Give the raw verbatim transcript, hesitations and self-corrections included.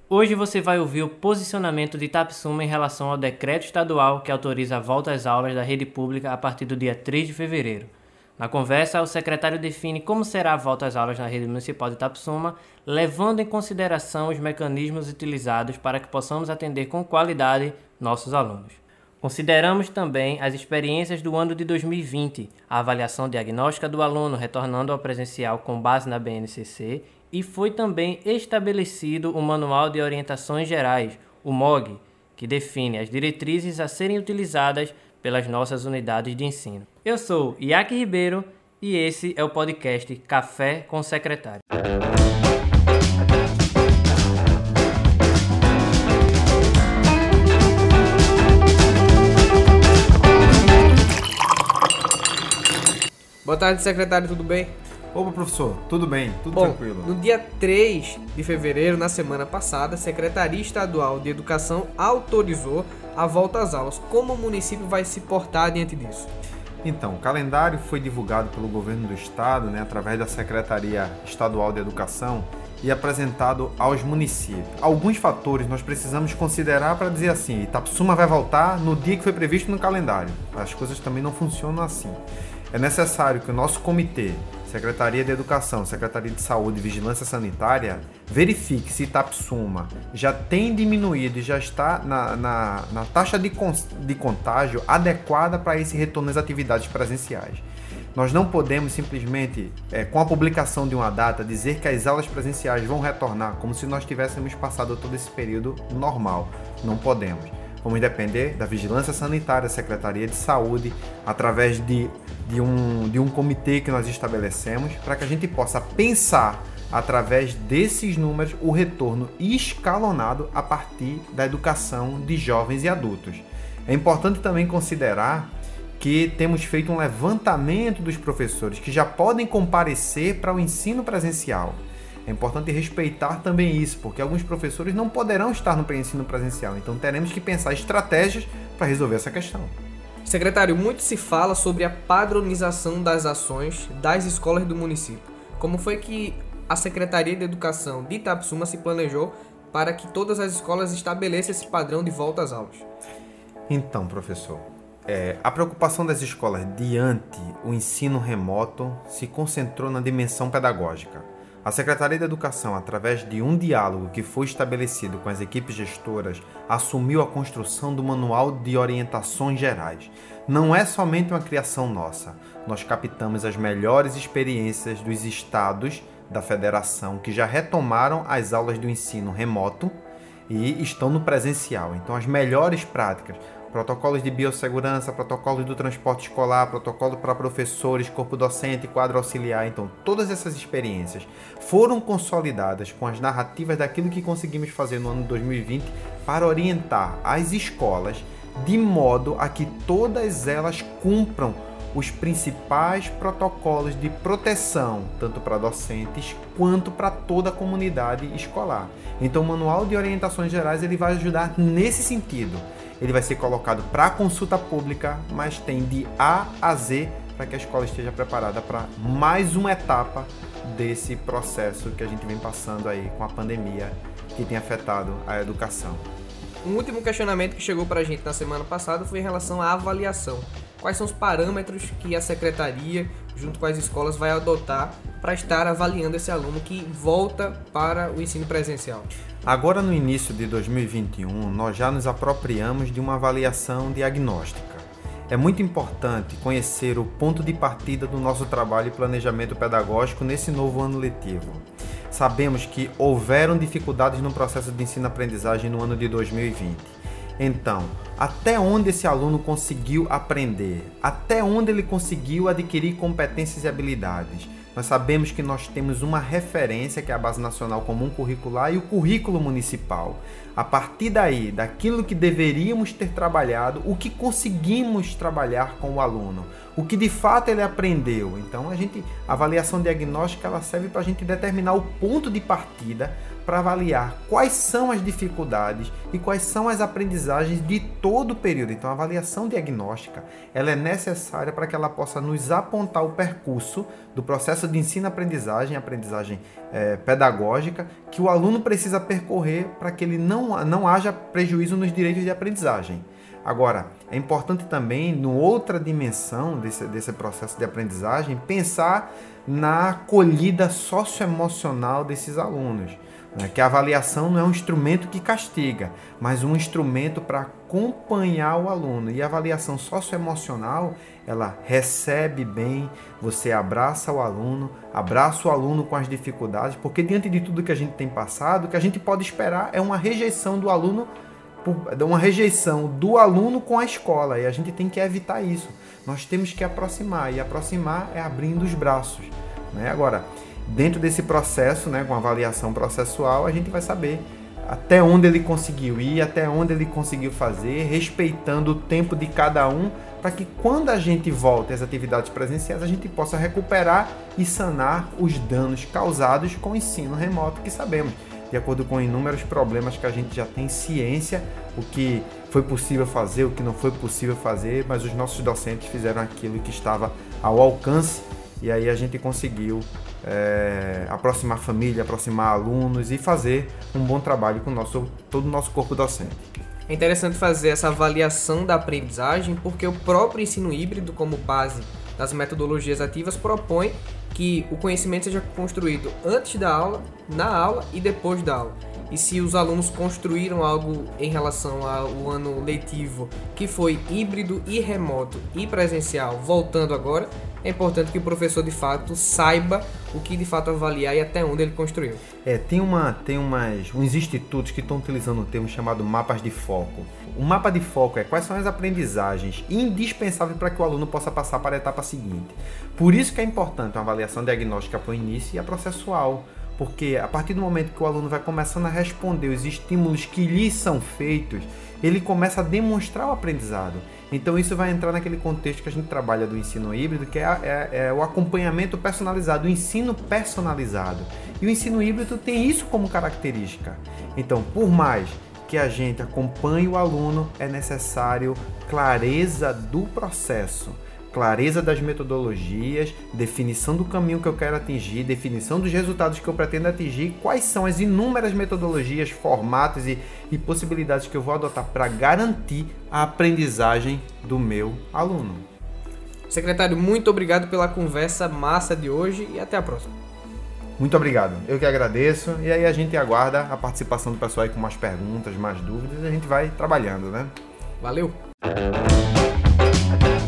Hoje você vai ouvir o posicionamento de Itapsuma em relação ao decreto estadual que autoriza a volta às aulas da rede pública a partir do dia três de fevereiro. Na conversa, o secretário define como será a volta às aulas na rede municipal de Itapsuma, levando em consideração os mecanismos utilizados para que possamos atender com qualidade nossos alunos. Consideramos também as experiências do ano de dois mil e vinte, a avaliação diagnóstica do aluno retornando ao presencial com base na B N C C, e foi também estabelecido o Manual de Orientações Gerais, o M O G, que define as diretrizes a serem utilizadas pelas nossas unidades de ensino. Eu sou Iaque Ribeiro e esse é o podcast Café com o Secretário. Boa tarde, secretário, tudo bem? Opa, professor, tudo bem, tudo Bom, tranquilo. No dia três de fevereiro, na semana passada, a Secretaria Estadual de Educação autorizou a volta às aulas. Como o município vai se portar diante disso? Então, o calendário foi divulgado pelo governo do estado, né, através da Secretaria Estadual de Educação e apresentado aos municípios. Alguns fatores nós precisamos considerar para dizer assim, Itapsuma vai voltar no dia que foi previsto no calendário. As coisas também não funcionam assim. É necessário que o nosso comitê, Secretaria de Educação, Secretaria de Saúde e Vigilância Sanitária, verifique se Itapsuma já tem diminuído e já está na, na, na taxa de, con- de contágio adequada para esse retorno às atividades presenciais. Nós não podemos simplesmente, é, com a publicação de uma data, dizer que as aulas presenciais vão retornar como se nós tivéssemos passado todo esse período normal. Não podemos. Vamos depender da Vigilância Sanitária, Secretaria de Saúde, através de, de, um, de um comitê que nós estabelecemos, para que a gente possa pensar, através desses números, o retorno escalonado a partir da educação de jovens e adultos. É importante também considerar que temos feito um levantamento dos professores que já podem comparecer para o ensino presencial. É importante respeitar também isso, porque alguns professores não poderão estar no ensino presencial, então teremos que pensar estratégias para resolver essa questão. Secretário, muito se fala sobre a padronização das ações das escolas do município. Como foi que a Secretaria de Educação de Itapsuma se planejou para que todas as escolas estabeleçam esse padrão de volta às aulas? Então, professor, é, a preocupação das escolas diante o ensino remoto se concentrou na dimensão pedagógica. A Secretaria de Educação, através de um diálogo que foi estabelecido com as equipes gestoras, assumiu a construção do Manual de Orientações Gerais. Não é somente uma criação nossa. Nós captamos as melhores experiências dos estados da federação que já retomaram as aulas do ensino remoto e estão no presencial. Então, as melhores práticas, protocolos de biossegurança, protocolos do transporte escolar, protocolo para professores, corpo docente, quadro auxiliar. Então, todas essas experiências foram consolidadas com as narrativas daquilo que conseguimos fazer no ano de dois mil e vinte para orientar as escolas de modo a que todas elas cumpram os principais protocolos de proteção, tanto para docentes quanto para toda a comunidade escolar. Então, o Manual de Orientações Gerais ele vai ajudar nesse sentido. Ele vai ser colocado para consulta pública, mas tem de A a Z para que a escola esteja preparada para mais uma etapa desse processo que a gente vem passando aí com a pandemia que tem afetado a educação. Um último questionamento que chegou para a gente na semana passada foi em relação à avaliação. Quais são os parâmetros que a Secretaria, junto com as escolas, vai adotar para estar avaliando esse aluno que volta para o ensino presencial? Agora, no início de dois mil e vinte e um, nós já nos apropriamos de uma avaliação diagnóstica. É muito importante conhecer o ponto de partida do nosso trabalho e planejamento pedagógico nesse novo ano letivo. Sabemos que houveram dificuldades no processo de ensino-aprendizagem no ano de dois mil e vinte. Então, até onde esse aluno conseguiu aprender? Até onde ele conseguiu adquirir competências e habilidades? Nós sabemos que nós temos uma referência, que é a Base Nacional Comum Curricular e o currículo municipal. A partir daí, daquilo que deveríamos ter trabalhado, o que conseguimos trabalhar com o aluno, o que de fato ele aprendeu. Então, a gente, a avaliação diagnóstica ela serve para a gente determinar o ponto de partida para avaliar quais são as dificuldades e quais são as aprendizagens de todo o período. Então, a avaliação diagnóstica ela é necessária para que ela possa nos apontar o percurso do processo de ensino-aprendizagem, aprendizagem é, pedagógica, que o aluno precisa percorrer para que ele não, não haja prejuízo nos direitos de aprendizagem. Agora, é importante também, numa outra dimensão desse, desse processo de aprendizagem, pensar na acolhida socioemocional desses alunos. Né? Que a avaliação não é um instrumento que castiga, mas um instrumento para acompanhar o aluno. E a avaliação socioemocional, ela recebe bem, você abraça o aluno, abraça o aluno com as dificuldades, porque diante de tudo que a gente tem passado, o que a gente pode esperar é uma rejeição do aluno uma rejeição do aluno com a escola, e a gente tem que evitar isso. Nós temos que aproximar, e aproximar é abrindo os braços. Né? Agora, dentro desse processo, né, com a avaliação processual, a gente vai saber até onde ele conseguiu ir, até onde ele conseguiu fazer, respeitando o tempo de cada um, para que quando a gente volta às atividades presenciais, a gente possa recuperar e sanar os danos causados com o ensino remoto, que sabemos, de acordo com inúmeros problemas que a gente já tem ciência, o que foi possível fazer, o que não foi possível fazer, mas os nossos docentes fizeram aquilo que estava ao alcance, e aí a gente conseguiu é, aproximar a família, aproximar alunos e fazer um bom trabalho com o nosso, todo o nosso corpo docente. É interessante fazer essa avaliação da aprendizagem, porque o próprio ensino híbrido, como base das metodologias ativas, propõe que o conhecimento seja construído antes da aula, na aula e depois da aula. E se os alunos construíram algo em relação ao ano letivo que foi híbrido e remoto e presencial, voltando agora, é importante que o professor de fato saiba o que de fato avaliar e até onde ele construiu. É, tem, uma, tem umas, uns institutos que estão utilizando um termo chamado mapas de foco. O mapa de foco é quais são as aprendizagens indispensáveis para que o aluno possa passar para a etapa seguinte. Por isso que é importante uma avaliação diagnóstica para o início e a processual. Porque a partir do momento que o aluno vai começando a responder os estímulos que lhe são feitos, ele começa a demonstrar o aprendizado. Então isso vai entrar naquele contexto que a gente trabalha do ensino híbrido, que é, é, é o acompanhamento personalizado, o ensino personalizado. E o ensino híbrido tem isso como característica. Então, por mais que a gente acompanhe o aluno, é necessário clareza do processo. Clareza das metodologias, definição do caminho que eu quero atingir, definição dos resultados que eu pretendo atingir, quais são as inúmeras metodologias, formatos e, e possibilidades que eu vou adotar para garantir a aprendizagem do meu aluno. Secretário, muito obrigado pela conversa massa de hoje e até a próxima. Muito obrigado, eu que agradeço, e aí a gente aguarda a participação do pessoal aí com mais perguntas, mais dúvidas, e a gente vai trabalhando, né? Valeu!